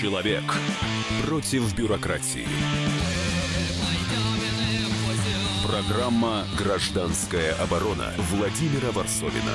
Человек против бюрократии. Программа «Гражданская оборона» Владимира Варсовина.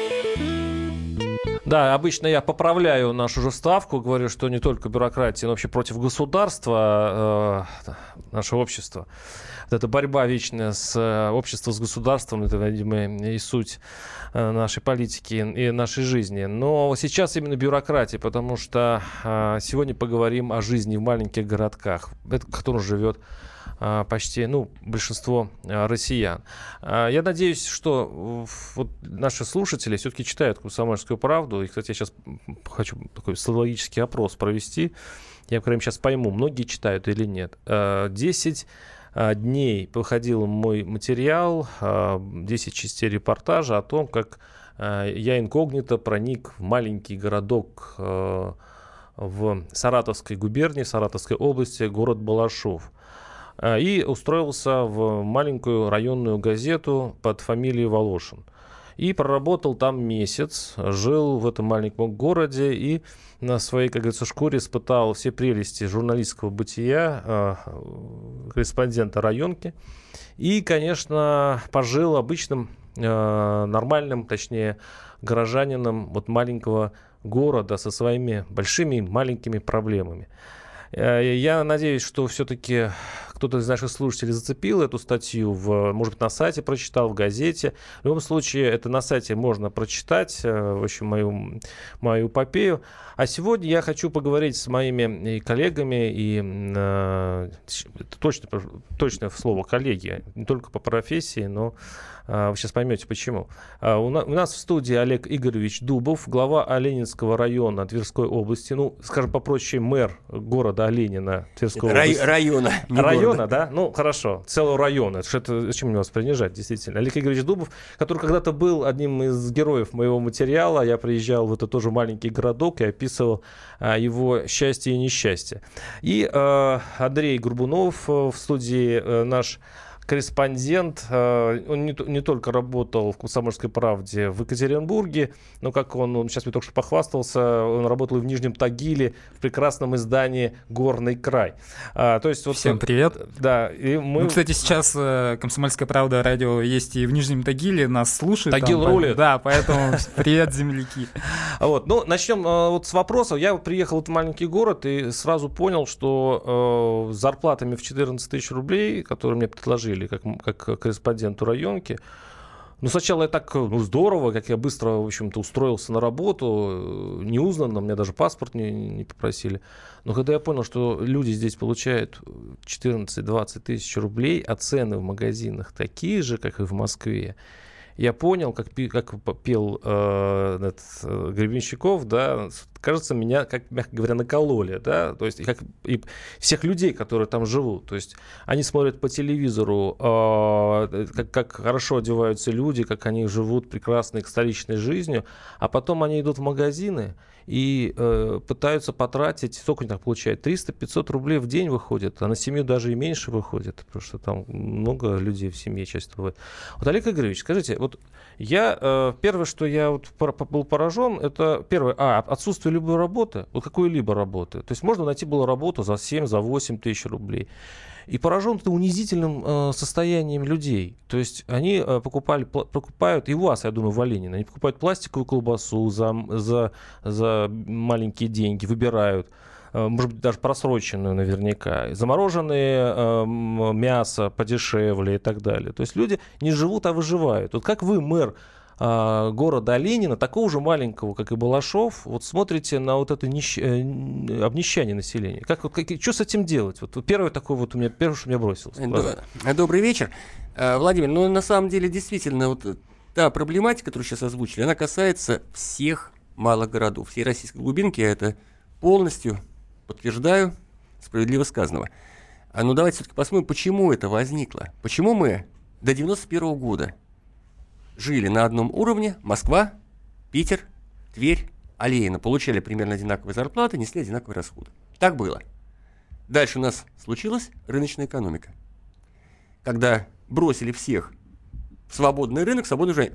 Да, обычно я поправляю нашу же ставку, говорю, что не только бюрократия, но вообще против государства, наше общество. Вот эта борьба вечная с обществом, с государством, это, видимо, и суть нашей политики и нашей жизни. Но сейчас именно бюрократия, потому что сегодня поговорим о жизни в маленьких городках, в которых живет почти, большинство россиян. Я надеюсь, что вот наши слушатели все-таки читают «Комсомольскую правду». И, кстати, я сейчас хочу такой социологический опрос провести. Я, по крайней мере, сейчас пойму, многие читают или нет. 10 дней выходил мой материал, 10 частей репортажа о том, как я инкогнито проник в маленький городок в Саратовской губернии, Саратовской области, город Балашов. И устроился в маленькую районную газету под фамилией Волошин. И проработал там месяц, жил в этом маленьком городе и на своей, как говорится, шкуре испытал все прелести журналистского бытия, корреспондента районки. И, конечно, пожил обычным, нормальным, точнее, горожанином вот маленького города со своими большими и маленькими проблемами. Я надеюсь, что все-таки кто-то из наших слушателей зацепил эту статью, может быть, на сайте прочитал, в газете. В любом случае, это на сайте можно прочитать, в общем, мою эпопею. А сегодня я хочу поговорить с моими коллегами, и это точное слово «коллеги», не только по профессии, но вы сейчас поймете, почему. У нас в студии Олег Игоревич Дубов, глава Оленинского района Тверской области, скажем попроще, мэр города Оленина Тверской области. Района, да? Хорошо, целого района. Зачем мне вас принижать, действительно. Олег Игоревич Дубов, который когда-то был одним из героев моего материала. Я приезжал в этот тоже маленький городок и описывал его счастье и несчастье. И Андрей Горбунов в студии, наш корреспондент. Он не только работал в «Комсомольской правде» в Екатеринбурге, но, как он сейчас мне только что похвастался, он работал и в Нижнем Тагиле, в прекрасном издании «Горный край». То есть, Всем привет. Да, и мы... кстати, сейчас «Комсомольская правда» радио есть и в Нижнем Тагиле, нас слушают. Тагил рулит. Да, поэтому привет, земляки. Начнем с вопросов. Я приехал в этот маленький город и сразу понял, что с зарплатами в 14 тысяч рублей, которые мне предложили, как корреспонденту районки. Сначала я так, здорово, как я быстро, в общем-то, устроился на работу, неузнанно, меня даже паспорт не попросили. Но когда я понял, что люди здесь получают 14-20 тысяч рублей, а цены в магазинах такие же, как и в Москве, я понял, как пел Гребенщиков, да, кажется, меня, как, мягко говоря, накололи, да, то есть и всех людей, которые там живут. То есть они смотрят по телевизору, как хорошо одеваются люди, как они живут прекрасной столичной жизнью, а потом они идут в магазины и пытаются потратить, сколько они так получают, 300-500 рублей в день выходит, а на семью даже и меньше выходит, потому что там много людей в семье часто бывает. Вот, Олег Игоревич, скажите, первое, что я был поражен, это первое, отсутствие любой работы, какой-либо работы. То есть можно найти было работу за 7, за 8 тысяч рублей. И поражен это унизительным состоянием людей. То есть они покупают, и у вас, я думаю, в Оленино, они покупают пластиковую колбасу за маленькие деньги, выбирают, может быть, даже просроченную наверняка, замороженное мясо подешевле и так далее. То есть люди не живут, а выживают. Вот как вы, мэр города Оленина, такого же маленького, как и Балашов, смотрите на это обнищание населения. Что с этим делать? Первое, что у меня бросилось. Добрый вечер. Владимир, на самом деле, действительно, та проблематика, которую сейчас озвучили, она касается всех малых городов, всей российской глубинки. Я это полностью подтверждаю, справедливо сказанного. Давайте все-таки посмотрим, почему это возникло. Почему мы до 91 года жили на одном уровне: Москва, Питер, Тверь, Оленина, получали примерно одинаковые зарплаты, несли одинаковые расходы. Так было. Дальше у нас случилась рыночная экономика. Когда бросили всех в свободный рынок, свободную жизнь.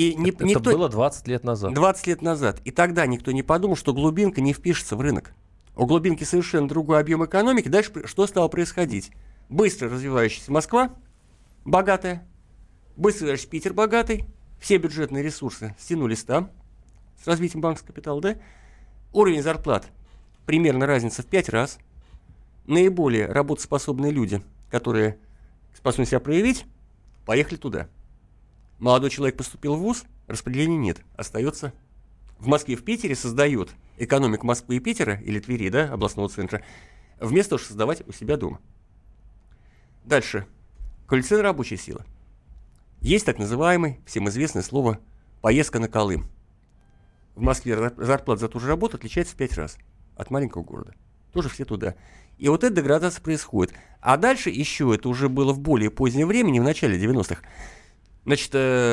Это было 20 лет назад. 20 лет назад. И тогда никто не подумал, что глубинка не впишется в рынок. У глубинки совершенно другой объем экономики. Дальше что стало происходить? Быстро развивающаяся Москва, богатая, быстро развивающийся Питер, богатый, все бюджетные ресурсы стянулись там, с развитием банковского капитала, да? Уровень зарплат, примерно разница в 5 раз. Наиболее работоспособные люди, которые способны себя проявить, поехали туда. Молодой человек поступил в вуз, распределения нет, остается в Москве, в Питере, создает экономику Москвы и Питера, или Твери, да, областного центра, вместо того, чтобы создавать у себя дома. Дальше. Квалифицированная рабочая сила. Есть так называемое, всем известное слово «поездка на Колым». В Москве зарплата за ту же работу отличается в 5 раз от маленького города. Тоже все туда. И вот эта деградация происходит. А дальше еще, это уже было в более позднее время, не в начале 90-х, значит,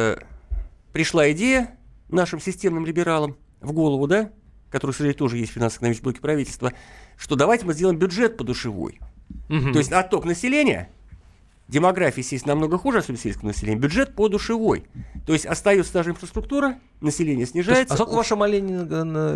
пришла идея нашим системным либералам в голову, да, который, кстати, тоже есть в финансово-экономическом блоке правительства, что давайте мы сделаем бюджет подушевой. То есть отток населения, демография, естественно, намного хуже, особенно сельского населения, бюджет подушевой. То есть остается та же инфраструктура, население снижается. А сколько в вашем Олене?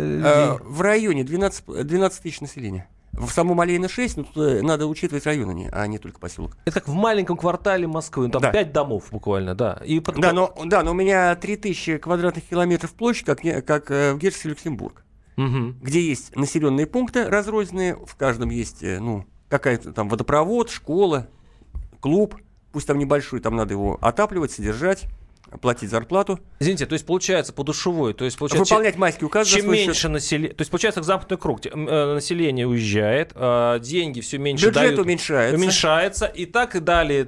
В районе 12 тысяч населения. В самом Олене 6, но тут надо учитывать районы, а не только поселок. Это как в маленьком квартале Москвы, там 5 домов буквально, да. Но у меня 3000 квадратных километров площадь, как в герцогстве Люксембург, где есть населенные пункты разрозненные, в каждом есть, какая-то там водопровод, школа, клуб, пусть там небольшой, там надо его отапливать, содержать, платить зарплату. Извините, то есть получается подушевой, то есть получается выполнять майский указ. Чем меньше населения, то есть получается замкнутый круг, население уезжает, деньги все меньше бюджет дают, уменьшается, и так и далее,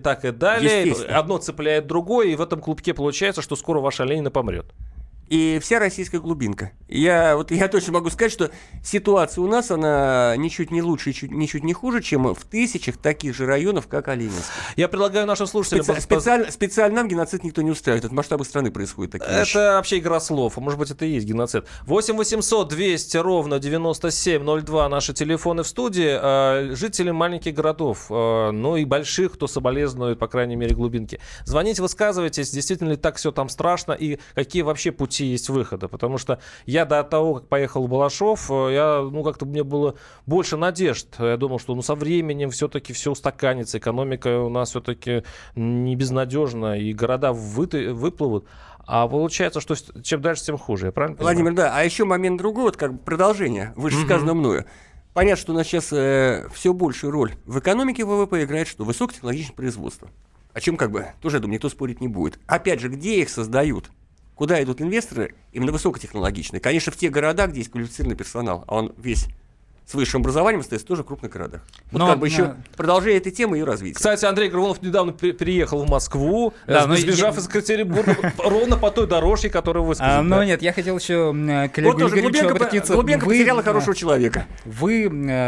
одно цепляет другое, и в этом клубке получается, что скоро ваша Ленина помрет. И вся российская глубинка. Я точно могу сказать, что ситуация у нас, она ничуть не лучше, ничуть не хуже, чем в тысячах таких же районов, как Оленинск. Я предлагаю нашим слушателям... Специально нам геноцид никто не устраивает. Это в масштабах страны происходит такие вещи. Это вообще игра слов. А может быть, это и есть геноцид. 8 800 200 ровно 9702 наши телефоны в студии. Жители маленьких городов, и больших, кто соболезнует, по крайней мере, глубинки. Звоните, высказывайтесь, действительно ли так все там страшно, и какие вообще пути есть выхода, потому что я до того, как поехал в Балашов, как-то мне было больше надежд. Я думал, что со временем все-таки все устаканится, экономика у нас все-таки не безнадежна, и города выплывут. А получается, что чем дальше, тем хуже. Я правильно понимаю? Владимир, да. А еще момент другой, вот как бы продолжение вышесказанного мною. Понятно, что у нас сейчас все большую роль в экономике ВВП играет что? Высокотехнологичное производство. О чем тоже, я думаю, никто спорить не будет. Опять же, где их создают? Куда идут инвесторы? Именно высокотехнологичные. Конечно, в те города, где есть квалифицированный персонал, а он весь с высшим образованием остается тоже в крупных городах. Еще продолжение этой темы и ее развития. Кстати, Андрей Горбунов недавно приехал в Москву, сбежав из Екатеринбурга ровно по той дорожке, которую вы сказали. Нет, я хотел еще к Олегу Игоревичу обратиться. Глубинка потеряла хорошего человека. Вы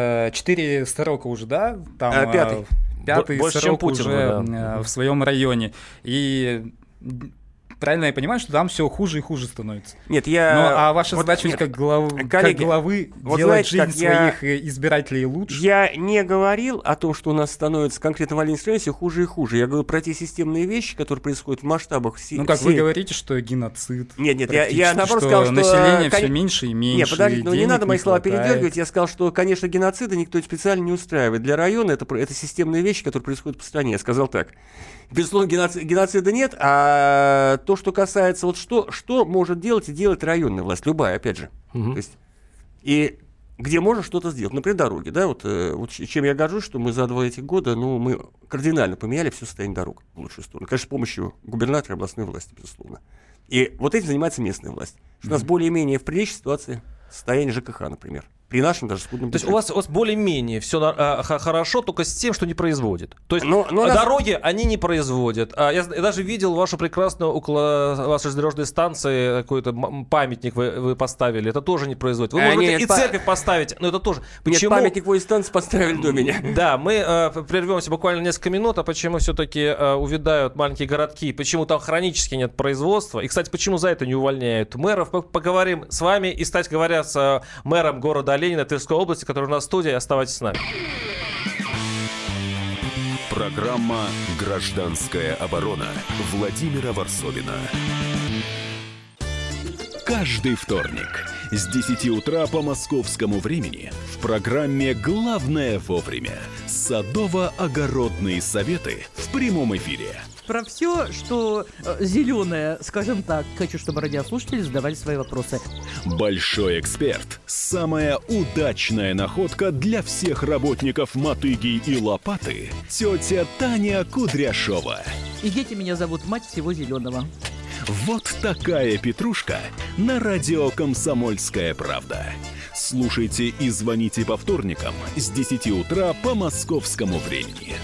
4 срока уже, да? Пятый больше, срок чем Путин, уже в своем районе. И... Правильно я понимаю, что там все хуже и хуже становится? Нет, а ваша задача как главы делать жизнь своих избирателей лучше? Я не говорил о том, что у нас становится конкретно в Оленинской все хуже и хуже. Я говорю про те системные вещи, которые происходят в масштабах вы говорите, что геноцид. Нет, я наоборот сказал, что... население все меньше и меньше. Нет, подождите, не надо мои слова передергивать. Я сказал, что, конечно, геноцида никто специально не устраивает. Для района это системные вещи, которые происходят по стране. Я сказал так. Безусловно, геноцида нет, а то, что касается, что может делать и делать районная власть, любая, опять же. То есть, и где можно что-то сделать. Например, дороги. Да, чем я горжусь, что мы за 2 этих года, мы кардинально поменяли все состояние дорог в лучшую сторону. Конечно, с помощью губернатора и областной власти, безусловно. И этим занимается местная власть. Что у нас более-менее в приличной ситуации состояние ЖКХ, например. При нашем даже скудном бюджете. То есть у вас более-менее все хорошо, только с тем, что не производит. То есть дороги они не производят. Я даже видел вашу прекрасную около вашей железнодорожной станции какой-то памятник вы поставили. Это тоже не производит. Вы можете церковь поставить, но это тоже. Почему? Нет, памятник возле станции поставили до меня. Да, мы прервемся буквально несколько минут. А почему все-таки увядают маленькие городки? Почему там хронически нет производства? И, кстати, почему за это не увольняют мэров? Мы поговорим с вами. И, кстати говоря, с мэром города Ленина Тверской области, который у нас в студии. Оставайтесь с нами. Программа «Гражданская оборона» Владимира Варсовина. Каждый вторник С 10 утра по московскому времени в программе «Главное вовремя» садово-огородные советы в прямом эфире. Про все, что зеленое, скажем так, хочу, чтобы радиослушатели задавали свои вопросы. Большой эксперт. Самая удачная находка для всех работников мотыги и лопаты. Тетя Таня Кудряшова. И дети меня зовут мать всего зеленого. Вот такая петрушка на радио «Комсомольская правда». Слушайте и звоните по вторникам с 10 утра по московскому времени.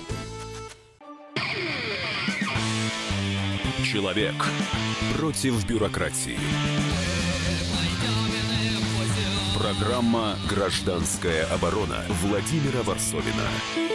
Человек против бюрократии. Программа «Гражданская оборона» Владимира Варсовина.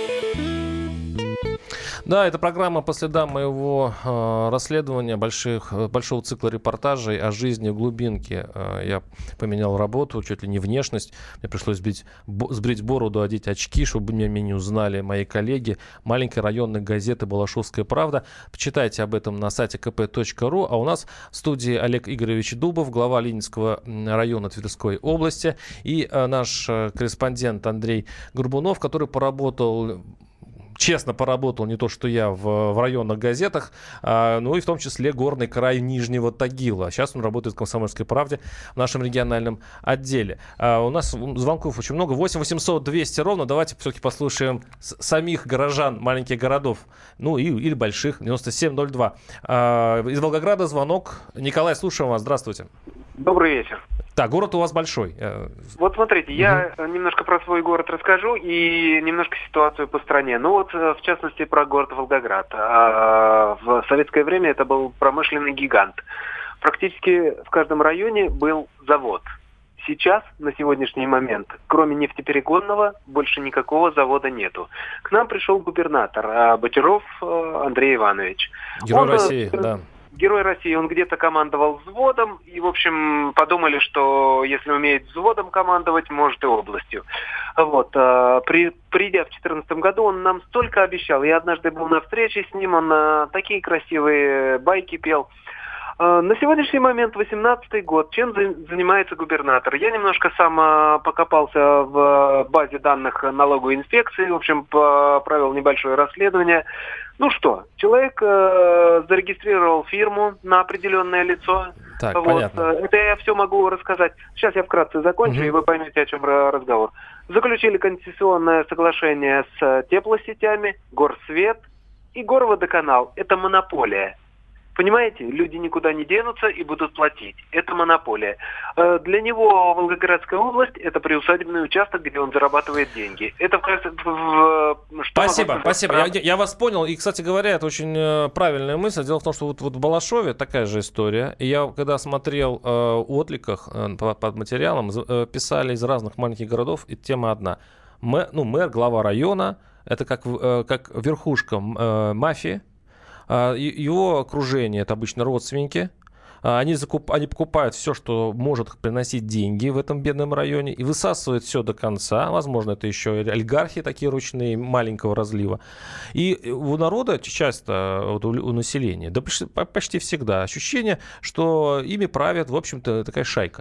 Да, это программа по следам моего расследования большого цикла репортажей о жизни в глубинке. Я поменял работу, чуть ли не внешность. Мне пришлось сбрить бороду, одеть очки, чтобы меня не узнали мои коллеги. Маленькой районной газеты «Балашовская правда». Почитайте об этом на сайте kp.ru. А у нас в студии Олег Игоревич Дубов, глава Ленинского района Тверской области, и наш корреспондент Андрей Горбунов, который честно поработал не то, что я в районных газетах, но и в том числе горный край Нижнего Тагила. Сейчас он работает в «Комсомольской правде» в нашем региональном отделе. У нас звонков очень много. 8 800 200 ровно. Давайте все-таки послушаем самих горожан маленьких городов, или больших, 9702. Из Волгограда звонок. Николай, слушаем вас. Здравствуйте. Добрый вечер. Так, город у вас большой. Вот смотрите, я немножко про свой город расскажу и немножко ситуацию по стране. В частности, про город Волгоград. В советское время это был промышленный гигант. Практически в каждом районе был завод. Сейчас, на сегодняшний момент, кроме нефтеперегонного, больше никакого завода нету. К нам пришел губернатор Ботеров Андрей Иванович. Герой России, да. Герой России, он где-то командовал взводом, и, в общем, подумали, что если умеет взводом командовать, может и областью. Придя в 2014 году, он нам столько обещал. Я однажды был на встрече с ним, он такие красивые байки пел. На сегодняшний момент, 2018 год, чем занимается губернатор? Я немножко сам покопался в базе данных налоговой инспекции, в общем, провел небольшое расследование. Человек зарегистрировал фирму на определенное лицо. Так, понятно. Это я все могу рассказать. Сейчас я вкратце закончу, и вы поймете, о чем разговор. Заключили концессионное соглашение с теплосетями, Горсвет и Горводоканал. Это монополия. Понимаете, люди никуда не денутся и будут платить. Это монополия. Для него Волгоградская область – это приусадебный участок, где он зарабатывает деньги. Это Спасибо. Я вас понял. И, кстати говоря, это очень правильная мысль. Дело в том, что вот в Балашове такая же история. И я, когда смотрел в откликах под материалом, писали из разных маленьких городов, и тема одна. Мэр, глава района – это как верхушка мафии. Его окружение – это обычно родственники. Они покупают все, что может приносить деньги в этом бедном районе, и высасывают все до конца. Возможно, это еще олигархи такие ручные, маленького разлива. И у народа часто, у населения, да почти всегда ощущение, что ими правят, в общем-то, такая шайка.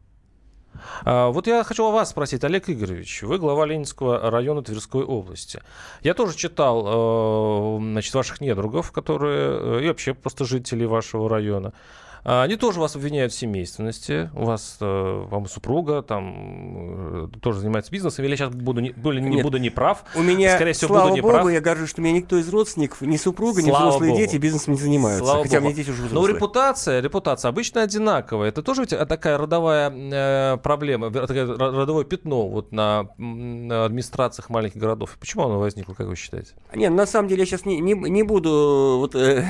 Вот я хочу вас спросить, Олег Игоревич, вы глава Ленинского района Тверской области. Я тоже читал, ваших недругов, которые и вообще просто жители вашего района. Они тоже вас обвиняют в семейственности. У вас, по-моему, супруга тоже занимается бизнесом. Или я сейчас буду неправ. У меня, скорее всего, слава буду богу, неправ. Я горжусь, что у меня никто из родственников, ни супруга, ни Слава взрослые богу. дети бизнесом не занимаются. Слава хотя богу. мне дети уже взрослые. Но репутация обычно одинаковая. Это тоже такая родовая проблема, такое родовое пятно на администрациях маленьких городов. Почему оно возникло, как вы считаете? Нет, на самом деле я сейчас не буду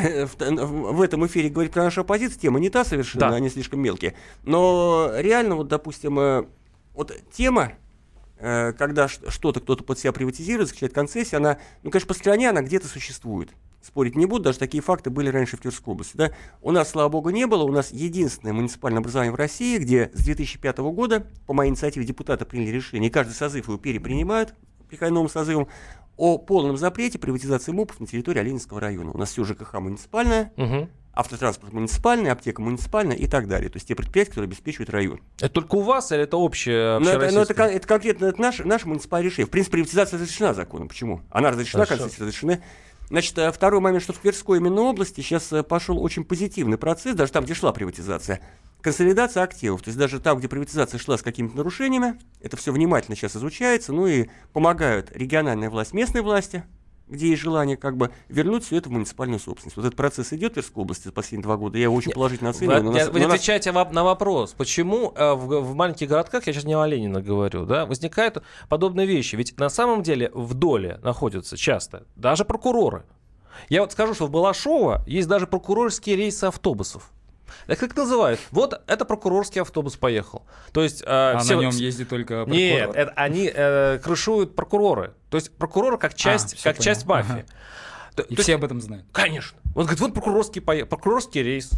в этом эфире говорить про нашу оппозицию. Тема не та совершенно, Да. они слишком мелкие. Но реально, допустим, тема, когда что-то кто-то под себя приватизирует, заключает концессию, она, конечно, по стране она где-то существует. Спорить не буду, даже такие факты были раньше в Тверской области. Да? У нас, слава богу, не было. У нас единственное муниципальное образование в России, где с 2005 года, по моей инициативе, депутаты приняли решение, и каждый созыв его перепринимают, приходя новым созывом, о полном запрете приватизации МУПов на территории Оленинского района. У нас все ЖКХ муниципальное, автотранспорт муниципальный, аптека муниципальная и так далее. То есть те предприятия, которые обеспечивают район. Это только у вас или это общее? Это конкретно наше муниципальное решение. В принципе, приватизация разрешена законом. Почему? Она разрешена, концессии разрешены. Значит, второй момент, что в Тверской именно области сейчас пошел очень позитивный процесс, даже там, где шла приватизация, консолидация активов. То есть даже там, где приватизация шла с какими-то нарушениями, это все внимательно сейчас изучается, ну и помогают региональная власть, местные власти, где есть желание как бы вернуть все это в муниципальную собственность. Вот этот процесс идет в Тверской области за последние 2 года, я его очень положительно оцениваю. Вы отвечаете на вопрос, почему в маленьких городках, я сейчас не о Ленина говорю, да, возникают подобные вещи. Ведь на самом деле в доле находятся часто даже прокуроры. Я вот скажу, что в Балашово есть даже прокурорские рейсы автобусов. Так как называют? Вот это прокурорский автобус поехал. То есть, на нем ездит только прокурор? Нет, они крышуют прокуроры. То есть прокуроры как часть мафии. И все об этом знают? Конечно. Он говорит, вот прокурорский рейс.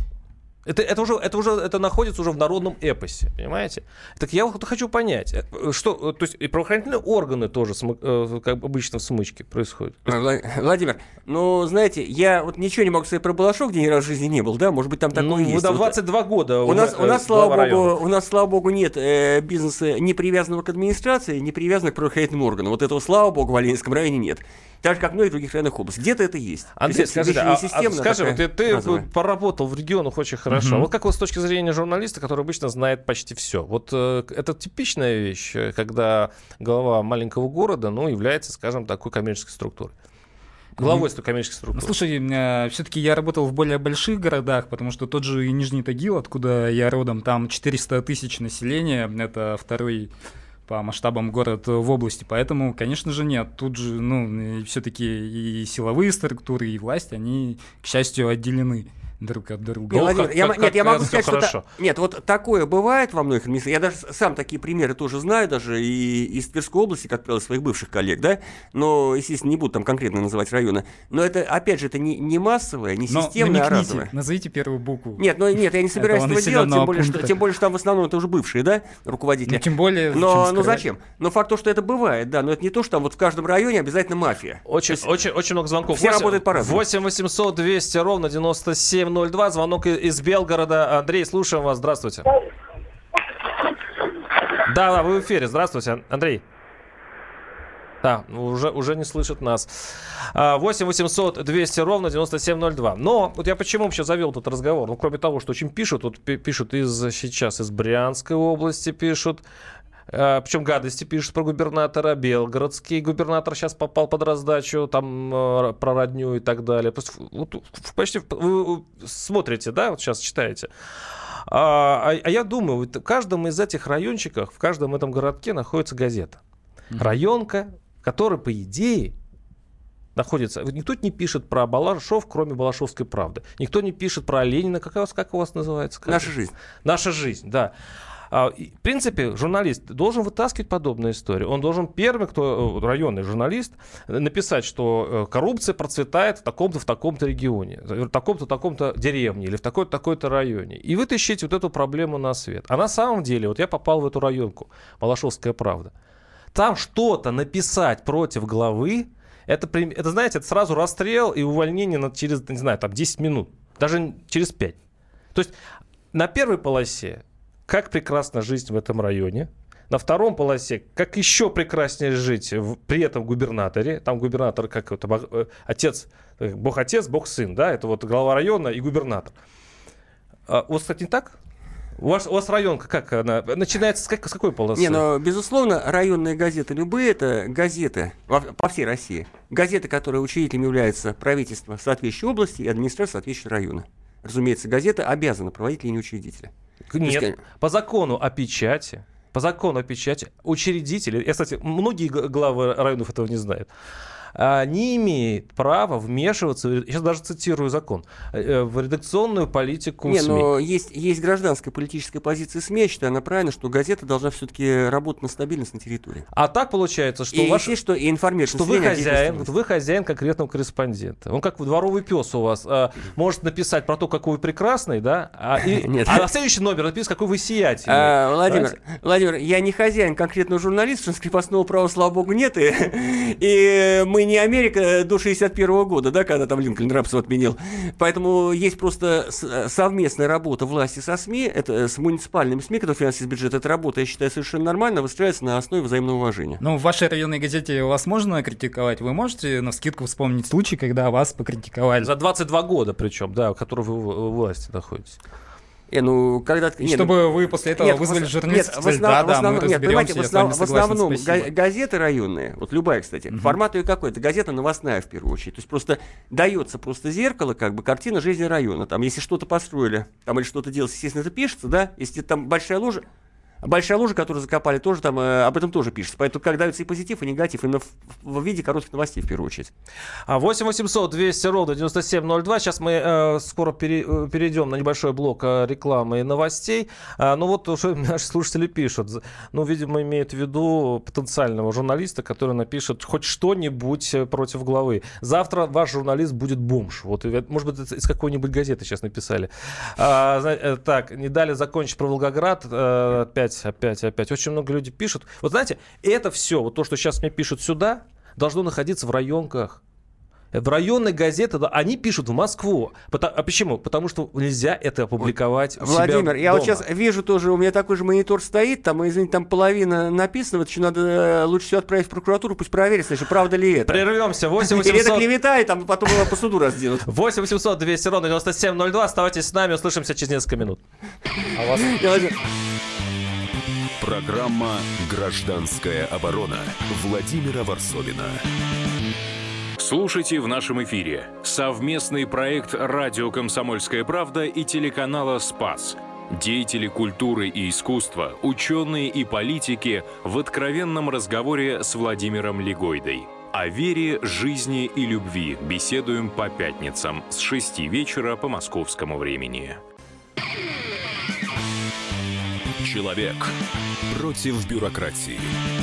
Это находится уже в народном эпосе, понимаете? Так я вот хочу понять, что, то есть и правоохранительные органы тоже, как обычно в смычке происходит. Владимир, ну, знаете, я вот ничего не могу сказать про Балашов, где ни разу в жизни не был, да, может быть, там такое есть. Вы там 22 года. У нас, слава богу, нет бизнеса не привязанного к администрации, не привязанного к правоохранительным органам. Вот этого, слава богу, в Оленинском районе нет. Так же, как многих других районных областей. Где-то это есть. Андрей, скажи, ты поработал в регионах очень хорошо. Вот как вот с точки зрения журналиста, который обычно знает почти все. Вот это типичная вещь, когда глава маленького города, является, скажем, такой коммерческой структурой. Главой коммерческой структуры. Слушай, все-таки я работал в более больших городах, потому что тот же Нижний Тагил, откуда я родом, там 400 тысяч населения, это второй по масштабам город в области, поэтому, конечно же, нет. Тут же, все-таки и силовые структуры, и власть, они, к счастью, отделены друг от друга. Я могу сказать, что нет, вот такое бывает во многих администрациях. Я даже сам такие примеры тоже знаю, даже и из Тверской области, как правило, своих бывших коллег, да, но, естественно, не буду там конкретно называть районы. Но это, опять же, это не массовое, не системное, а разовое. Назовите первую букву. Нет, я не собираюсь этого делать, тем более, что там в основном это уже бывшие, да, руководители. Тем более, но зачем? Но факт то, что это бывает, да, но это не то, что там вот в каждом районе обязательно мафия. Очень много звонков. Все работают по-разному. 8 800 200 ровно 9702. Звонок из Белгорода. Андрей, слушаем вас. Здравствуйте. Да, вы в эфире. Здравствуйте, Андрей. Да, уже не слышит нас. 8 800 200 ровно 9702. Но вот я почему вообще завел этот разговор? Кроме того, что очень пишут, пишут сейчас из Брянской области пишут. Причем гадости пишут про губернатора. Белгородский губернатор сейчас попал под раздачу, там про родню и так далее. Почти вы смотрите, да, вот сейчас читаете. А я думаю, в каждом из этих райончиков, в каждом этом городке находится газета. Районка, которая, по идее, находится... Никто не пишет про Балашов, кроме Балашовской правды. Никто не пишет про Ленина. Как у вас называется? «Наша жизнь». «Наша жизнь», да. В принципе, журналист должен вытаскивать подобные истории. Он должен первый, районный журналист, написать, что коррупция процветает в таком-то регионе, в таком-то деревне или в такой-то районе. И вытащить вот эту проблему на свет. А на самом деле, вот я попал в эту районку, Балашовская правда. Там что-то написать против главы, это знаете, это сразу расстрел и увольнение через, не знаю, там 10 минут, даже через 5. То есть на первой полосе как прекрасно жить в этом районе. На втором полосе, как еще прекраснее жить при этом губернаторе. Там губернатор как отец, бог-отец, бог-сын, да, это вот глава района и губернатор. У вас, кстати, не так? У вас районка как она? Начинается с какой полосы? Безусловно, районные газеты любые, это газеты по всей России. Газеты, которые учредителями являются правительство соответствующей области и администрация соответствующего района. Разумеется, газета обязана проводить линию учредителя. Нет, по закону о печати учредители, кстати, многие главы районов этого не знают, не имеет права вмешиваться, я сейчас даже цитирую закон, в редакционную политику СМИ. Но есть гражданская политическая позиция СМИ, я считаю, она правильно, что газета должна все-таки работать на стабильность на территории. А так получается, что, и информировать что вы хозяин конкретного корреспондента. Он как дворовый пес у вас может написать про то, какой вы прекрасный, да, а на следующий номер написать, какой вы сиятельный. Владимир, я не хозяин конкретного журналиста, что крепостного права, слава богу, нет, и мы не Америка до 61 года, да, когда там Линкольн рабство отменил. Поэтому есть просто совместная работа власти со СМИ, это с муниципальными СМИ, которые финансируются из бюджета. Эта работа, я считаю, совершенно нормально, выстраивается на основе взаимного уважения. Ну, в вашей районной газете вас можно критиковать? Вы можете навскидку вспомнить случай, когда вас покритиковали? За 22 года причем, да, в которых вы в власти находитесь. Чтобы вы после этого вызвали журналистов, в основном газеты районные, вот любая, кстати, формат ее какой? Это газета новостная в первую очередь. То есть просто дается просто зеркало, как бы картина жизни района. Там, если что-то построили, там или что-то делалось, естественно, это пишется, да? Если там большая лужа, которую закопали, тоже там об этом тоже пишется. Поэтому как дается и позитив, и негатив, именно в виде коротких новостей, в первую очередь. 8 800 200 ровно 9702. Сейчас мы скоро перейдем на небольшой блок рекламы и новостей. Ну вот уже наши слушатели пишут. Ну, видимо, имеют в виду потенциального журналиста, который напишет хоть что-нибудь против главы. Завтра ваш журналист будет бомж. Вот, может быть, из какой-нибудь газеты сейчас написали. Так, не дали закончить про Волгоград. Опять. Очень много людей пишут. Вот знаете, это все, вот то, что сейчас мне пишут сюда, должно находиться в районках. В районной газеты, они пишут в Москву. А почему? Потому что нельзя это опубликовать Владимир, себя я дома. вот сейчас вижу тоже, у меня такой же монитор стоит, там, извините, там половина написана, вот еще надо лучше всего отправить в прокуратуру, пусть проверят, значит, правда ли это. Прервемся. 8 800... Или это клевета, и там потом его по суду разделают. 8 800 200 ровно 9702. Оставайтесь с нами, услышимся через несколько минут. Программа «Гражданская оборона» Владимира Варсовина. Слушайте в нашем эфире совместный проект «Радио Комсомольская правда» и телеканала «Спас». Деятели культуры и искусства, ученые и политики в откровенном разговоре с Владимиром Легойдой. О вере, жизни и любви беседуем по пятницам с 6 вечера по московскому времени. Человек против бюрократии.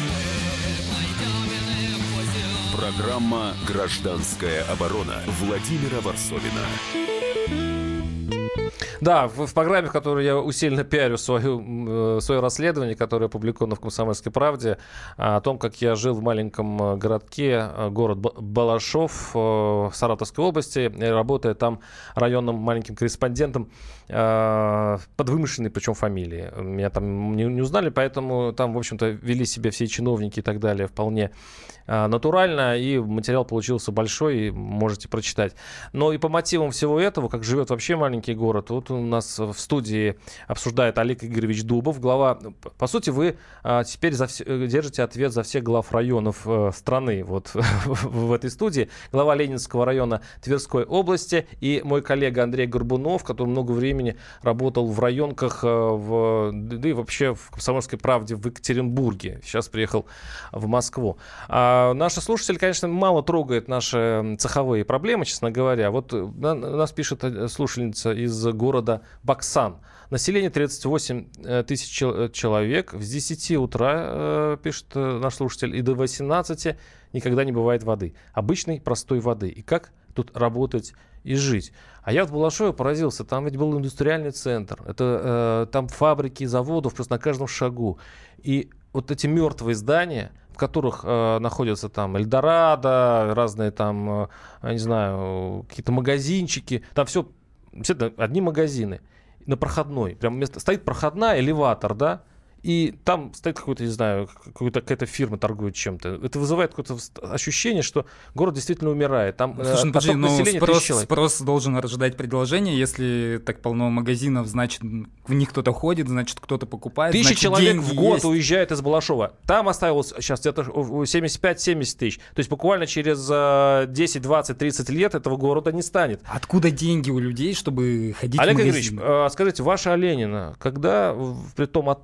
Программа «Гражданская оборона» Владимира Варсовина. Да, в программе, в которой я усиленно пиарю свое расследование, которое опубликовано в «Комсомольской правде», о том, как я жил в маленьком городке, город Балашов, Саратовской области, работая там районным маленьким корреспондентом под вымышленной, причем, фамилией. Меня там не узнали, поэтому там, в общем-то, вели себя все чиновники и так далее вполне натурально, и материал получился большой, и можете прочитать. Но и по мотивам всего этого, как живет вообще маленький город, вот у нас в студии обсуждает Олег Игоревич Дубов, глава. По сути, вы теперь держите ответ за всех глав районов страны вот в этой студии. Глава Ленинского района Тверской области и мой коллега Андрей Горбунов, который много времени работал в районках, да и вообще в «Комсомольской правде» в Екатеринбурге. Сейчас приехал в Москву. Наши слушатели, конечно, мало трогают наши цеховые проблемы, честно говоря. Вот нас пишет слушательница из города Баксан. Население 38 тысяч человек. С 10 утра, пишет наш слушатель, и до 18 никогда не бывает воды. Обычной простой воды. И как тут работать и жить? А я в Балашове поразился. Там ведь был индустриальный центр. Это там фабрики, заводов просто на каждом шагу. И вот эти мертвые здания, в которых находятся там Эльдорадо, разные там, я не знаю, какие-то магазинчики. Там все одни магазины. На проходной. Прям стоит проходная, элеватор, да? И там стоит какой-то, не знаю, какая-то фирма торгует чем-то. Это вызывает какое-то ощущение, что город действительно умирает. Там спрос должен рождать предложение. Если так полно магазинов, значит, в них кто-то ходит, значит, кто-то покупает. 1000 человек в год уезжает из Балашова. Там осталось сейчас где-то 75-70 тысяч. То есть буквально через 10, 20, 30 лет этого города не станет. Откуда деньги у людей, чтобы ходить Олег в магазин? Игоревич, скажите, ваша Оленина, когда при том оттоке населения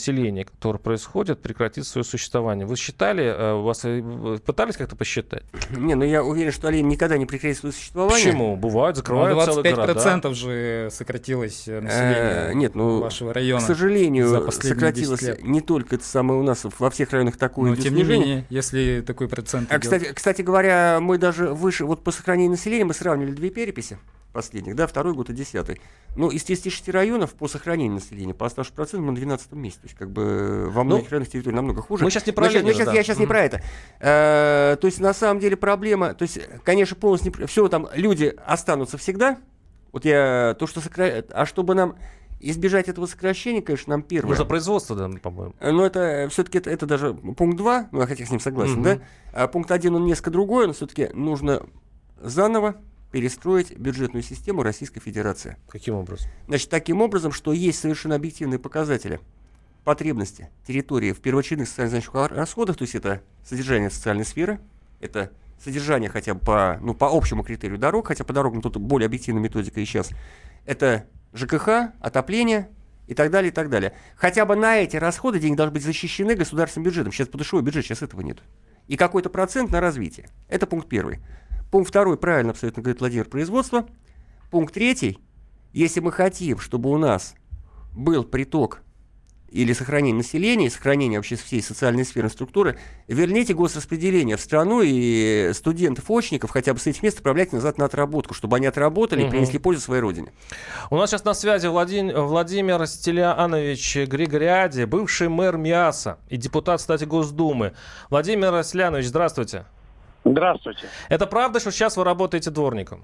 населения, которое происходит, прекратит свое существование. Вы считали, вас пытались как-то посчитать? Не, ну я уверен, что олень никогда не прекратит свое существование. Почему? Бывают, закрывают целые города. 25% же сократилось население вашего района. К сожалению, сократилось не только это самое у нас, во всех районах такое снижение. Тем не менее, если такой процент идет. Кстати говоря, мы даже выше, вот по сохранению населения мы сравнивали две переписи последних, да, 2-й год и 10-й. Ну, из 36 районов по сохранению населения по оставшемуся проценту мы на 12-м месте. То есть, как бы, во многих районах территории намного хуже. Мы сейчас не про Ленина, я сейчас не про это. То есть, на самом деле, проблема... То есть, конечно, полностью... Все там, люди останутся всегда. Вот я... То, что А чтобы нам избежать этого сокращения, конечно, нам первое... Нужно производство, да, по-моему. Но это все-таки это даже пункт 2, ну, хотя я с ним согласен, да? А пункт 1, он несколько другой, но все-таки нужно заново перестроить бюджетную систему Российской Федерации. Каким образом? Значит, таким образом, что есть совершенно объективные показатели потребности территории в первоочередных социально значимых расходах, то есть это содержание социальной сферы, это содержание хотя бы по общему критерию дорог, хотя по дорогам тут более объективная методика и сейчас, это ЖКХ, отопление и так далее, и так далее. Хотя бы на эти расходы деньги должны быть защищены государственным бюджетом. Сейчас подушевой бюджет, сейчас этого нет. И какой-то процент на развитие. Это пункт 1. Пункт 2, правильно абсолютно говорит Владимир, производство. Пункт 3, если мы хотим, чтобы у нас был приток или сохранение населения, сохранение вообще всей социальной сферы структуры, верните госраспределение в страну и студентов-очников хотя бы с этих мест отправлять назад на отработку, чтобы они отработали и принесли пользу своей родине. У нас сейчас на связи Владимир Стилянович Григориади, бывший мэр Миасса и депутат, кстати, Госдумы. Владимир Стилянович, здравствуйте. Здравствуйте. Это правда, что сейчас вы работаете дворником?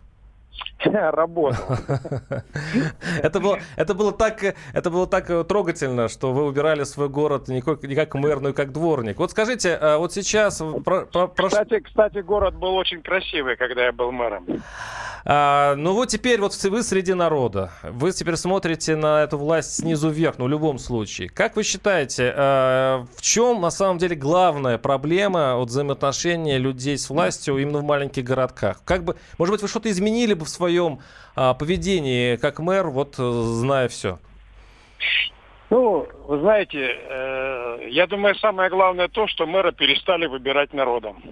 Работал. Это было так трогательно, что вы убирали свой город не как мэр, но и как дворник. Вот скажите, вот сейчас... Кстати, город был очень красивый, когда я был мэром. Ну вот теперь вот вы среди народа. Вы теперь смотрите на эту власть снизу вверх, ну в любом случае. Как вы считаете, в чем на самом деле главная проблема вот, взаимоотношения людей с властью именно в маленьких городках? Может быть, вы что-то изменили бы в своем поведении как мэр, вот зная все? Ну, вы знаете, я думаю, самое главное то, что мэра перестали выбирать народом.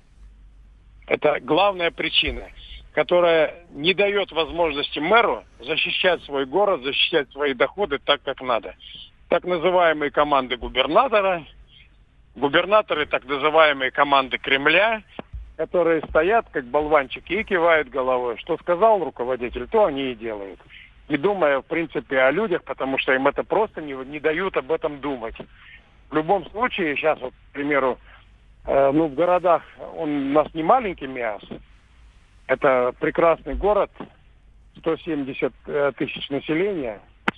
Это главная причина, которая не дает возможности мэру защищать свой город, защищать свои доходы так, как надо. Так называемые команды губернаторы, так называемые команды Кремля, которые стоят как болванчики и кивают головой. Что сказал руководитель, то они и делают. Не думая, в принципе, о людях, потому что им это просто не дают об этом думать. В любом случае, сейчас, вот, к примеру, в городах у нас не маленький Миасс. Это прекрасный город, 170 тысяч населения,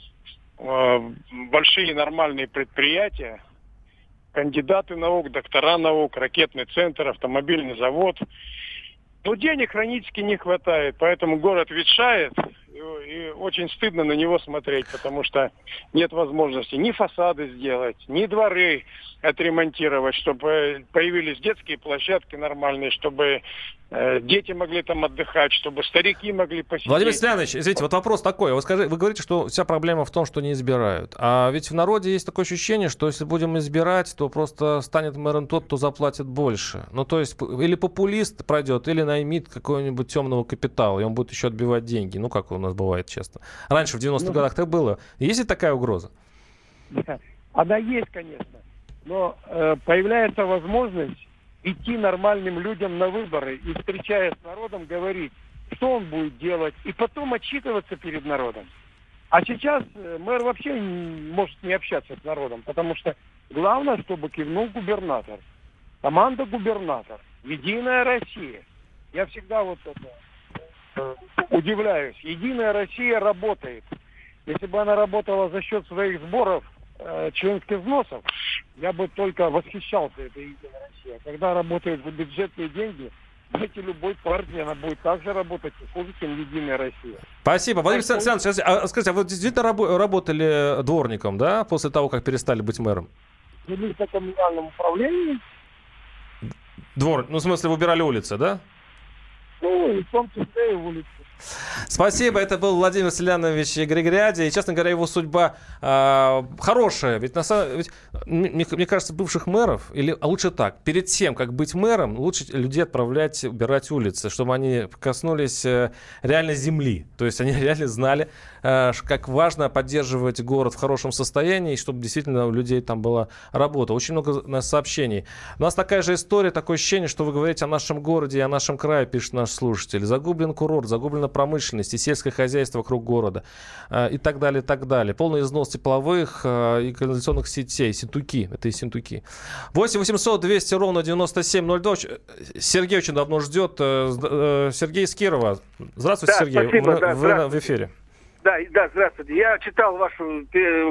большие нормальные предприятия, кандидаты наук, доктора наук, ракетный центр, автомобильный завод. Но денег хронически не хватает, поэтому город ветшает, и очень стыдно на него смотреть, потому что нет возможности ни фасады сделать, ни дворы отремонтировать, чтобы появились детские площадки нормальные, чтобы дети могли там отдыхать, чтобы старики могли посидеть. Владимир Степанович, извините, вот вопрос такой. Вы говорите, что вся проблема в том, что не избирают. А ведь в народе есть такое ощущение, что если будем избирать, то просто станет мэром тот, кто заплатит больше. Ну, то есть, или популист пройдет, или наймит какого-нибудь темного капитала, и он будет еще отбивать деньги. Ну, как у нас бывает часто. Раньше, в 90-х годах так было. Есть ли такая угроза? Она есть, конечно. Но появляется возможность идти нормальным людям на выборы и, встречаясь с народом, говорить, что он будет делать, и потом отчитываться перед народом. А сейчас мэр вообще может не общаться с народом, потому что главное, чтобы кивнул губернатор. Команда губернатор. Единая Россия. Я всегда удивляюсь. Единая Россия работает. Если бы она работала за счет своих сборов, членских взносов, я бы только восхищался этой Единой Россией. Когда работают за бюджетные деньги, знаете, любой партии она будет также работать и хуже, чем Единая Россия. Спасибо. Владимир Александрович, скажите, а вы действительно работали дворником, да, после того, как перестали быть мэром? В жилищно-коммунальном управлении. Ну, в смысле, вы убирали улицы, да? Ну, и в том числе и улицы. Спасибо. Это был Владимир Селянович Григоряди. И, честно говоря, его судьба хорошая. Ведь, мне кажется, бывших мэров, а лучше так, перед тем, как быть мэром, лучше людей отправлять убирать улицы, чтобы они коснулись реально земли. То есть они реально знали, как важно поддерживать город в хорошем состоянии, и чтобы действительно у людей там была работа. Очень много сообщений. У нас такая же история, такое ощущение, что вы говорите о нашем городе и о нашем крае, пишет наш слушатель. Загублен курорт, загублена промышленность и сельское хозяйство вокруг города и так далее, и так далее. Полный износ тепловых и канализационных сетей. Синтуки. Это и Синтуки. 8 800 200 ровно 9702. Сергей очень давно ждет. Сергей из Кирова. Здравствуйте, да, Сергей. Спасибо, Вы в эфире. Да, здравствуйте. Я читал вашу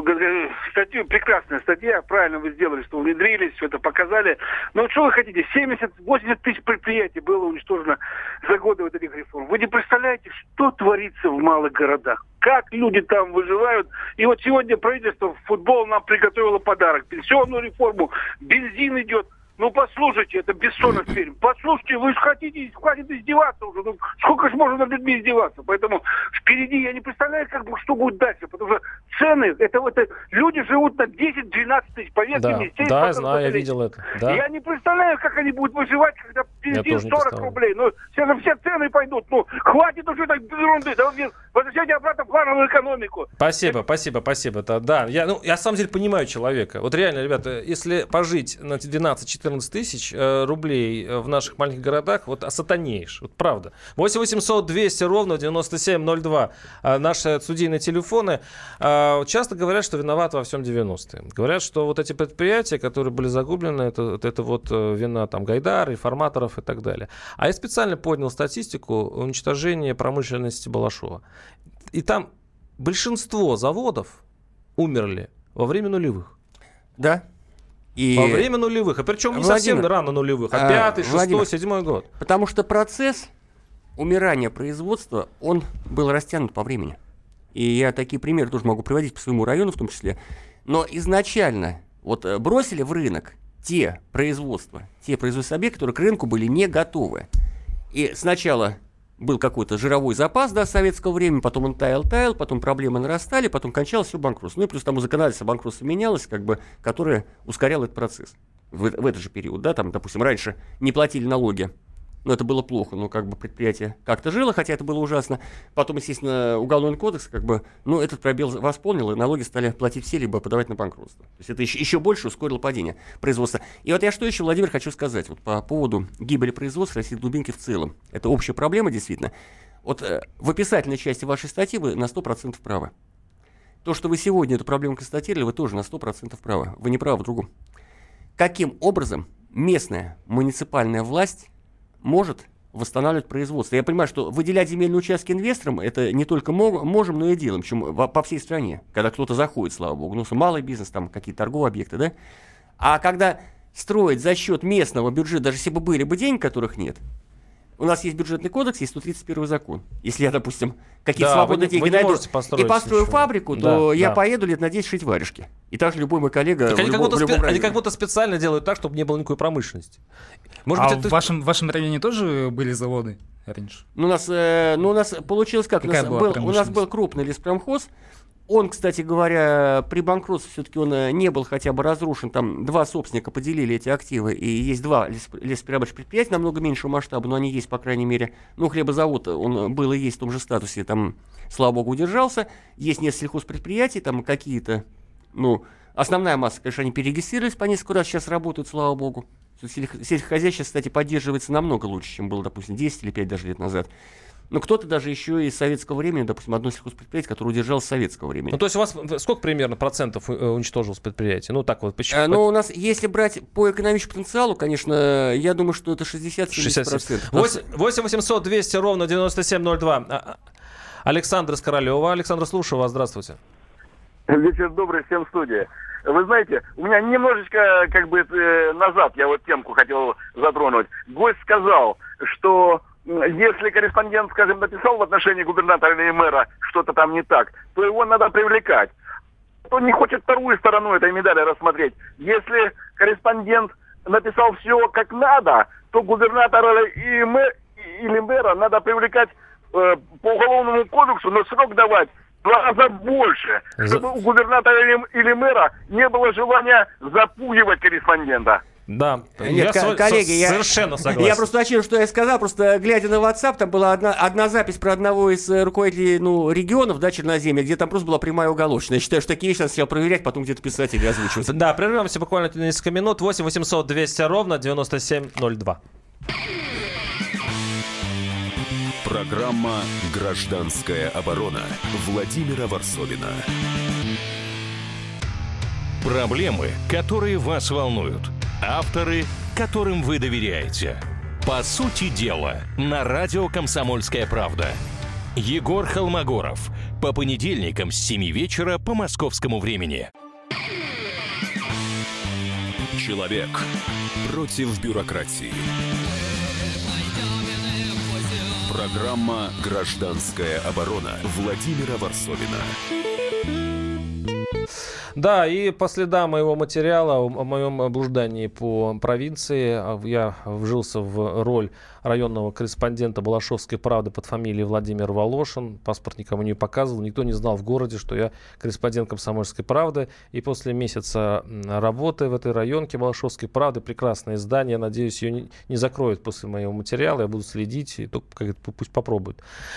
статью, прекрасная статья, правильно вы сделали, что внедрились, все это показали. Но что вы хотите, 70-80 тысяч предприятий было уничтожено за годы вот этих реформ. Вы не представляете, что творится в малых городах, как люди там выживают. И вот сегодня правительство в футбол нам приготовило подарок. Пенсионную реформу, бензин идет. Ну, послушайте, это Бессонов фильм. Послушайте, вы же хватит издеваться уже. Ну, сколько же можно над людьми издеваться? Поэтому впереди я не представляю, что будет дальше. Потому что цены, это люди живут на 10-12 тысяч. Поверьте мне, да, знаю, я видел это. Да. Я не представляю, как они будут выживать, когда бензин 40 рублей. Ну, все цены пойдут. Ну, хватит уже так ерунды. Возвращайте обратно в плановую экономику. Спасибо. Да, я на самом деле понимаю человека. Вот реально, ребята, если пожить на 12-14 тысяч рублей в наших маленьких городах, вот осатанеешь. Вот правда. 8 800 200 ровно 9702. Наши студийные телефоны. Часто говорят, что виноват во всем 90-е. Говорят, что вот эти предприятия, которые были загублены, это вот вина там Гайдара, реформаторов и так далее. А я специально поднял статистику уничтожения промышленности Балашова. И там большинство заводов умерли во время нулевых. Да. Во время нулевых. А причем не совсем рано нулевых, а 5-й, 6-й, 7-й год. Потому что процесс умирания производства, он был растянут по времени. И я такие примеры тоже могу приводить по своему району в том числе. Но изначально вот бросили в рынок те производственные объекты, которые к рынку были не готовы. И сначала был какой-то жировой запас до советского времени, потом он таял, потом проблемы нарастали, потом кончалось все банкротство. Ну и плюс тому законодательство банкротства менялось, которое ускоряло этот процесс. В этот же период, да, там, допустим, раньше не платили налоги, но это было плохо, но предприятие как-то жило, хотя это было ужасно. Потом, естественно, уголовный кодекс, этот пробел восполнил, и налоги стали платить все, либо подавать на банкротство. То есть это еще больше ускорило падение производства. И вот я что еще, Владимир, хочу сказать по поводу гибели производства российской глубинки в целом. Это общая проблема, действительно. Вот в описательной части вашей статьи вы на 100% правы. То, что вы сегодня эту проблему констатировали, вы тоже на 100% правы. Вы не правы в другом. Каким образом местная муниципальная власть может восстанавливать производство? Я понимаю, что выделять земельные участки инвесторам это не только можем, но и делаем, причем по всей стране, когда кто-то заходит, слава богу, малый бизнес, там какие-то торговые объекты, да? А когда строить за счет местного бюджета, даже если бы были бы деньги, которых нет, у нас есть бюджетный кодекс, есть 131 закон. Если я, допустим, какие-то свободные деньги найду и построю фабрику, то я поеду лет на 10 шить варежки. И также любой мой коллега они как будто специально делают так, чтобы не было никакой промышленности. Может быть, в вашем районе тоже были заводы раньше? У нас получилось как? У нас был крупный леспромхоз. Он, кстати говоря, при банкротстве все-таки он не был хотя бы разрушен. Там два собственника поделили эти активы. И есть два лесоперерабатывающих предприятия намного меньшего масштаба, но они есть, по крайней мере. Хлебозавод, он был и есть в том же статусе. Там, слава богу, удержался. Есть несколько сельхозпредприятий, там какие-то, основная масса, конечно, они перерегистрировались по несколько раз, сейчас работают, слава богу. Сельскохозяйство, кстати, поддерживается намного лучше, чем было, допустим, 10 или 5 даже лет назад. Но кто-то даже еще из советского времени, допустим, одно сельхозпредприятие, которое удержалось с советского времени. То есть у вас сколько примерно процентов уничтожилось предприятие? У нас, если брать по экономическому потенциалу, конечно, я думаю, что это 60-70%. 8 800 200 ровно 9702. Александр из Королева. Александр, слушаю вас. Здравствуйте. Вечер добрый, всем в студии. Вы знаете, у меня немножечко назад я темку хотел затронуть. Гость сказал, что если корреспондент, скажем, написал в отношении губернатора или мэра что-то там не так, то его надо привлекать. Он не хочет вторую сторону этой медали рассмотреть. Если корреспондент написал все как надо, то губернатора или мэра надо привлекать по уголовному кодексу, но срок давать в 2 раза больше, чтобы у губернатора или мэра не было желания запугивать корреспондента. Да, Нет, я коллеги, совершенно согласен. Я просто уточню, что я сказал, просто глядя на WhatsApp, там была одна запись про одного из руководителей регионов, да, Черноземья, где там просто была прямая уголовщина. Я считаю, что такие вещи надо сначала проверять, потом где-то писать или озвучивать. Да, прервемся буквально на несколько минут. 8 800 200 ровно 9702. Программа «Гражданская оборона» Владимира Варсовина. Проблемы, которые вас волнуют. Авторы, которым вы доверяете. По сути дела, на радио «Комсомольская правда». Егор Холмогоров. По понедельникам с 7 вечера по московскому времени. Человек против бюрократии. Программа «Гражданская оборона» Владимира Варсовина. Да, и по следам моего материала, о моем блуждании по провинции, я вжился в роль районного корреспондента «Балашовской правды» под фамилией Владимир Волошин. Паспорт никому не показывал, никто не знал в городе, что я корреспондент «Комсомольской правды». И после месяца работы в этой районке «Балашовской правды», прекрасное издание, надеюсь, ее не закроют после моего материала, я буду следить, и пусть попробуют.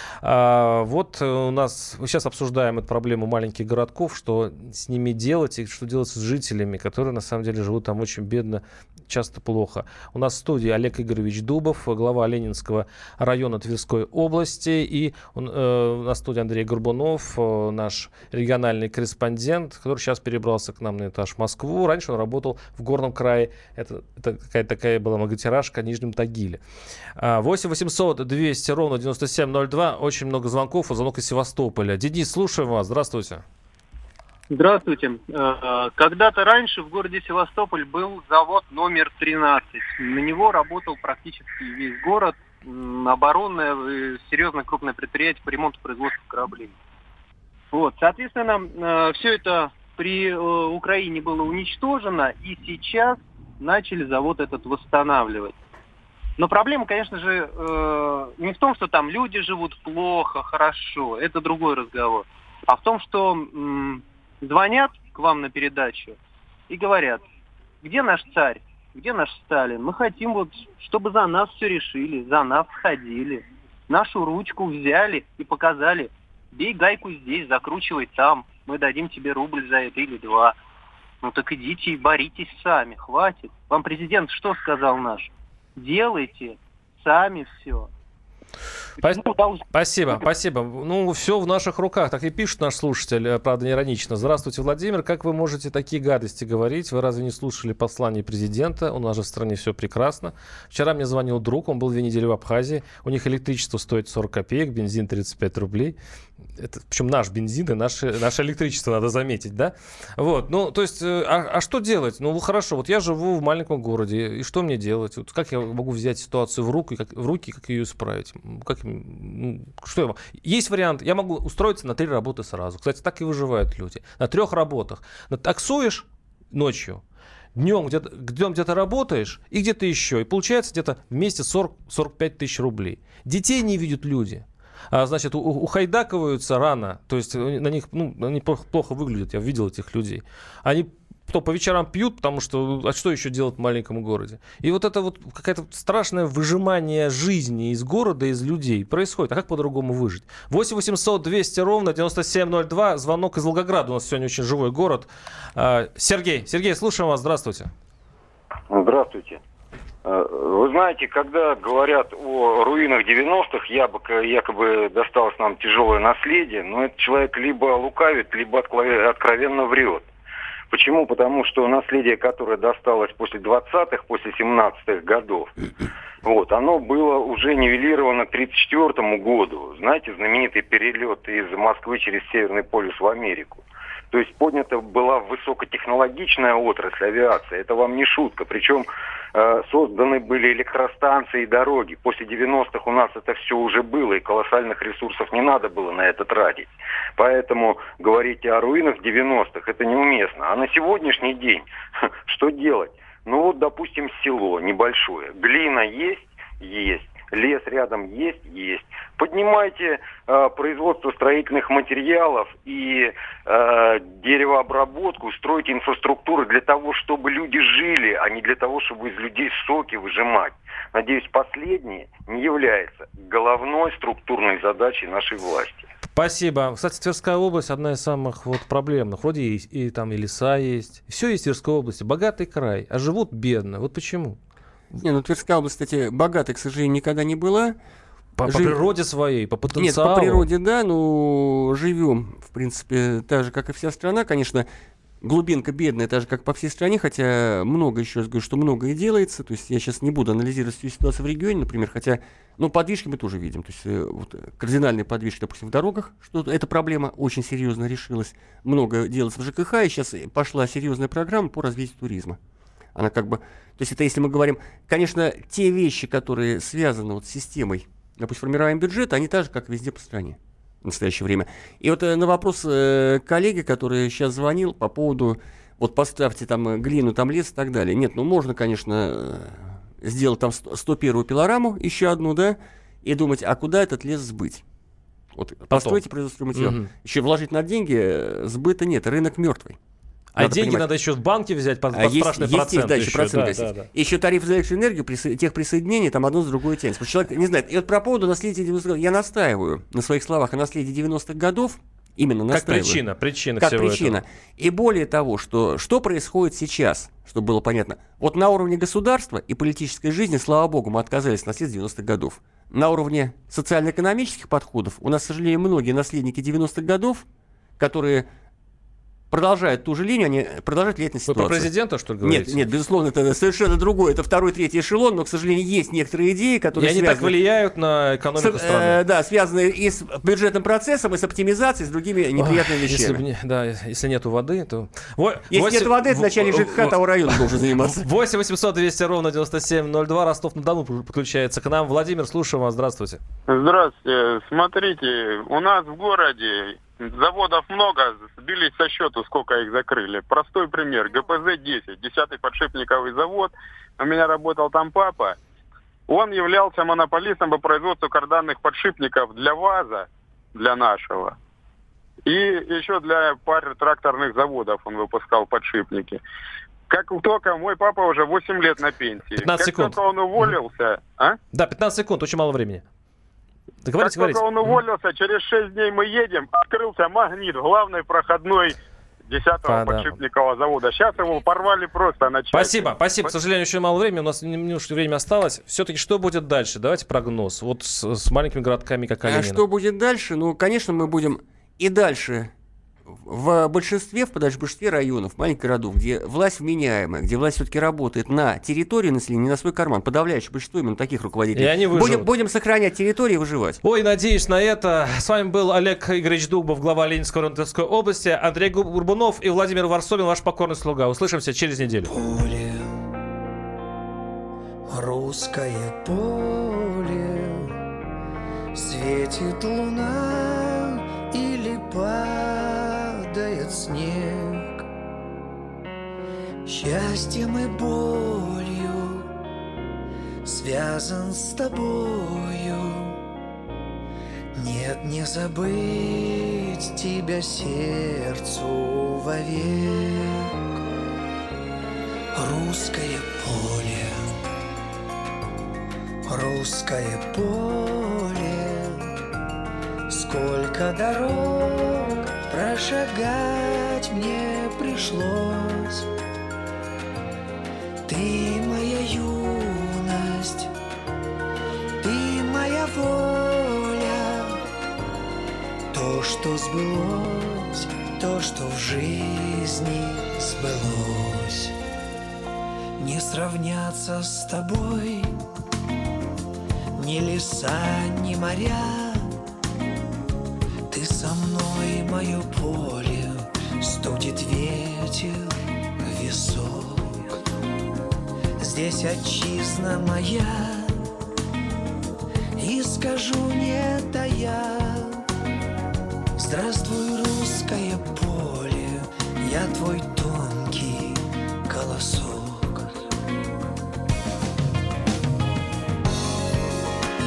Вот у нас, сейчас обсуждаем эту проблему маленьких городков, что с ними делать и что делать с жителями, которые на самом деле живут там очень бедно, часто плохо. У нас в студии Олег Игоревич Дубов, глава Ленинского района Тверской области, и на студии Андрей Горбунов, наш региональный корреспондент, который сейчас перебрался к нам на этаж в Москву. Раньше он работал в Горном крае, это такая была многотиражка в Нижнем Тагиле. 8 800 200 ровно 9702, очень много звонков, звонок из Севастополя. Денис, слушаем вас, здравствуйте. Здравствуйте. Когда-то раньше в городе Севастополь был завод номер 13. На него работал практически весь город. Оборонное, серьезное крупное предприятие по ремонту и производству кораблей. Вот. Соответственно, все это при Украине было уничтожено, и сейчас начали завод этот восстанавливать. Но проблема, конечно же, не в том, что там люди живут плохо, хорошо. Это другой разговор. А в том, что звонят к вам на передачу и говорят: где наш царь, где наш Сталин? Мы хотим вот, чтобы за нас все решили, за нас сходили, нашу ручку взяли и показали: бей гайку здесь, закручивай там, мы дадим тебе рубль за это или 2. Ну так идите и боритесь сами, хватит. Вам президент что сказал наш? Делайте сами все. Спасибо. Ну, все в наших руках. Так и пишет наш слушатель, правда, не иронично. Здравствуйте, Владимир. Как вы можете такие гадости говорить? Вы разве не слушали послание президента? У нас же в стране все прекрасно. Вчера мне звонил друг, он был 2 недели в Абхазии. У них электричество стоит 40 копеек, бензин 35 рублей. Это, причем наш бензин и наше электричество, надо заметить, да? Вот, ну, то есть, а что делать? Ну, хорошо, вот я живу в маленьком городе, и что мне делать? Вот как я могу взять ситуацию в руки, как ее исправить? Есть вариант, я могу устроиться на 3 работы сразу. Кстати, так и выживают люди. На 3 работах. Таксуешь ночью, днем где-то работаешь, и где-то еще. И получается где-то вместе 40-45 тысяч рублей. Детей не видят люди. Значит, ухайдакиваются рано, то есть на них, они плохо выглядят, я видел этих людей. Они по вечерам пьют, потому что, а что еще делать в маленьком городе? И вот это вот какое-то страшное выжимание жизни из города, из людей происходит. А как по-другому выжить? 8 800 200 ровно 9702, звонок из Волгограда, у нас сегодня очень живой город. Сергей, слушаем вас, здравствуйте. Здравствуйте. Вы знаете, когда говорят о руинах 90-х, якобы досталось нам тяжелое наследие, но этот человек либо лукавит, либо откровенно врет. Почему? Потому что наследие, которое досталось после 20-х, после 17-х годов, оно было уже нивелировано к 1934 году. Знаете, знаменитый перелет из Москвы через Северный полюс в Америку. То есть поднята была высокотехнологичная отрасль авиации. Это вам не шутка. Причем созданы были электростанции и дороги. После 90-х у нас это все уже было, и колоссальных ресурсов не надо было на это тратить. Поэтому говорить о руинах 90-х это неуместно. А на сегодняшний день что делать? Ну вот, допустим, село небольшое. Глина есть. Лес рядом есть? Есть. Поднимайте производство строительных материалов и деревообработку, стройте инфраструктуру для того, чтобы люди жили, а не для того, чтобы из людей соки выжимать. Надеюсь, последнее не является головной структурной задачей нашей власти. Спасибо. Кстати, Тверская область одна из самых проблемных. Вроде и там и леса есть. Все есть в Тверской области. Богатый край. А живут бедно. Вот почему? Тверская область, кстати, богатой, к сожалению, никогда не была. По природе своей, по потенциалу. Нет, по природе, да, живем, в принципе, так же, как и вся страна. Конечно, глубинка бедная, так же, как по всей стране, хотя много, еще раз говорю, что многое делается. То есть я сейчас не буду анализировать всю ситуацию в регионе, например, хотя, подвижки мы тоже видим. То есть кардинальные подвижки, допустим, в дорогах, что эта проблема очень серьезно решилась. Много делается в ЖКХ, и сейчас пошла серьезная программа по развитию туризма. Она то есть это если мы говорим, конечно, те вещи, которые связаны с системой, допустим, формирования бюджета, они так же, как везде по стране в настоящее время. И на вопрос коллеги, который сейчас звонил по поводу, поставьте там глину, там лес и так далее. Нет, можно, конечно, сделать там 101-ю пилораму, еще одну, да, и думать, а куда этот лес сбыть? Постройте производственный материал. Угу. Еще вложить на деньги, сбыта нет, рынок мертвый. А деньги понимать. Надо еще в банке взять под страшный процент. Да, еще процент. Да. Еще тариф за электроэнергию, тех присоединений, там одно с другой тянется. Потому что человек не знает. И про поводу наследия 90-х годов я настаиваю на своих словах о наследии 90-х годов. Именно настаиваю. Как причина как всего причина. Этого. И более того, что происходит сейчас, чтобы было понятно. На уровне государства и политической жизни, слава богу, мы отказались от наследия 90-х годов. На уровне социально-экономических подходов у нас, к сожалению, многие наследники 90-х годов, которые продолжают ту же линию, они продолжают влиять на ситуацию. Вы про президента, что ли, говорите? Нет, безусловно, это совершенно другое. Это второй, третий эшелон, но, к сожалению, есть некоторые идеи, которые связаны... И они так влияют на экономику страны. Да, связаны и с бюджетным процессом, и с оптимизацией, и с другими неприятными вещами. Если нету воды, то... Если нет воды, то в начале ЖКХ того района должен заниматься. 8 800 200 ровно 9702. Ростов-на-Дону подключается к нам. Владимир, слушаем вас. Здравствуйте. Здравствуйте. Смотрите, у нас в городе заводов много, сбились со счету, сколько их закрыли. Простой пример. ГПЗ-10, 10-й подшипниковый завод. У меня работал там папа. Он являлся монополистом по производству карданных подшипников для ВАЗа, для нашего. И еще для пары тракторных заводов он выпускал подшипники. Как только мой папа уже 8 лет на пенсии. 15 секунд. Как только он уволился... Да, 15 секунд, очень мало времени. Как только он уволился, через 6 дней мы едем, открылся магнит главной проходной 10-го подшипникового завода. Сейчас его порвали просто на части. Спасибо. К сожалению, еще мало времени. У нас немножко времени осталось. Все-таки что будет дальше? Давайте прогноз. с маленькими городками, как Калинина. А что будет дальше? Конечно, мы будем и дальше в большинстве районов, маленьких городов, где власть вменяемая, где власть все-таки работает на территории населения, не на свой карман, подавляющее большинство именно таких руководителей. И они будем сохранять территории и выживать. Надеюсь на это. С вами был Олег Игоревич Дубов, глава Ленинского района Тверской области, Андрей Горбунов и Владимир Варсобин, ваш покорный слуга. Услышимся через неделю. Поле, русское поле, светит луна или падает снег, счастьем и болью связан с тобою. Нет, не забыть тебя сердцу вовек. Русское поле, русское поле, сколько дорог прошагать мне пришлось. Ты моя юность, ты моя воля, то, что сбылось, то, что в жизни сбылось. Не сравняться с тобой ни леса, ни моря. Ты со мной, мое поле, студит ветер висок. Здесь отчизна моя, и скажу не тая: здравствуй, русское поле, я твой тонкий колосок.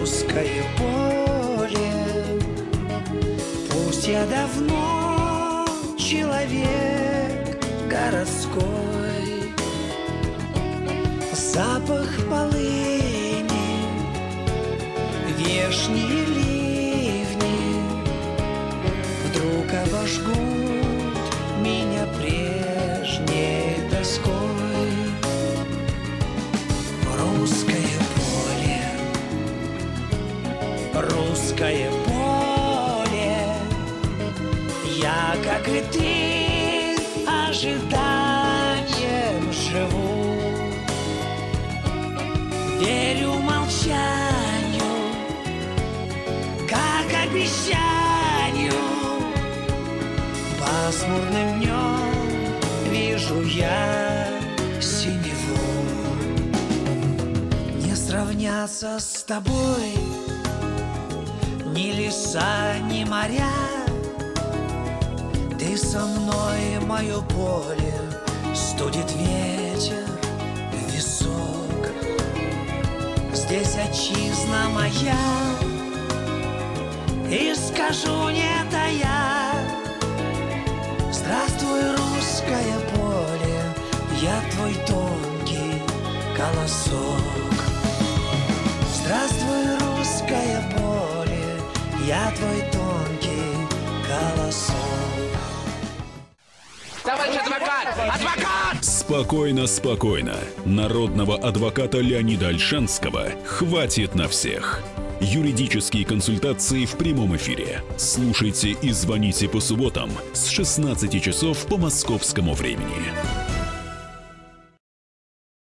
русское поле. Пусть я давно человек городской, запах полыни, вешние ливни вдруг обожгут меня прежней тоской. Русское поле, русское поле, я, как и ты, ожиданием живу. Верю молчанию, как обещанию. Пасмурным днем вижу я синеву. Не сравнятся с тобой ни леса, ни моря. Ты со мной, мое поле, студит ветер в висок. Здесь отчизна моя, и скажу не тая: здравствуй, русское поле, я твой тонкий колосок. Здравствуй, русское поле, я твой тонкий колосок. Товарищ адвокат! Адвокат! Спокойно, спокойно. Народного адвоката Леонида Ольшанского хватит на всех. Юридические консультации в прямом эфире. Слушайте и звоните по субботам с 16 часов по московскому времени.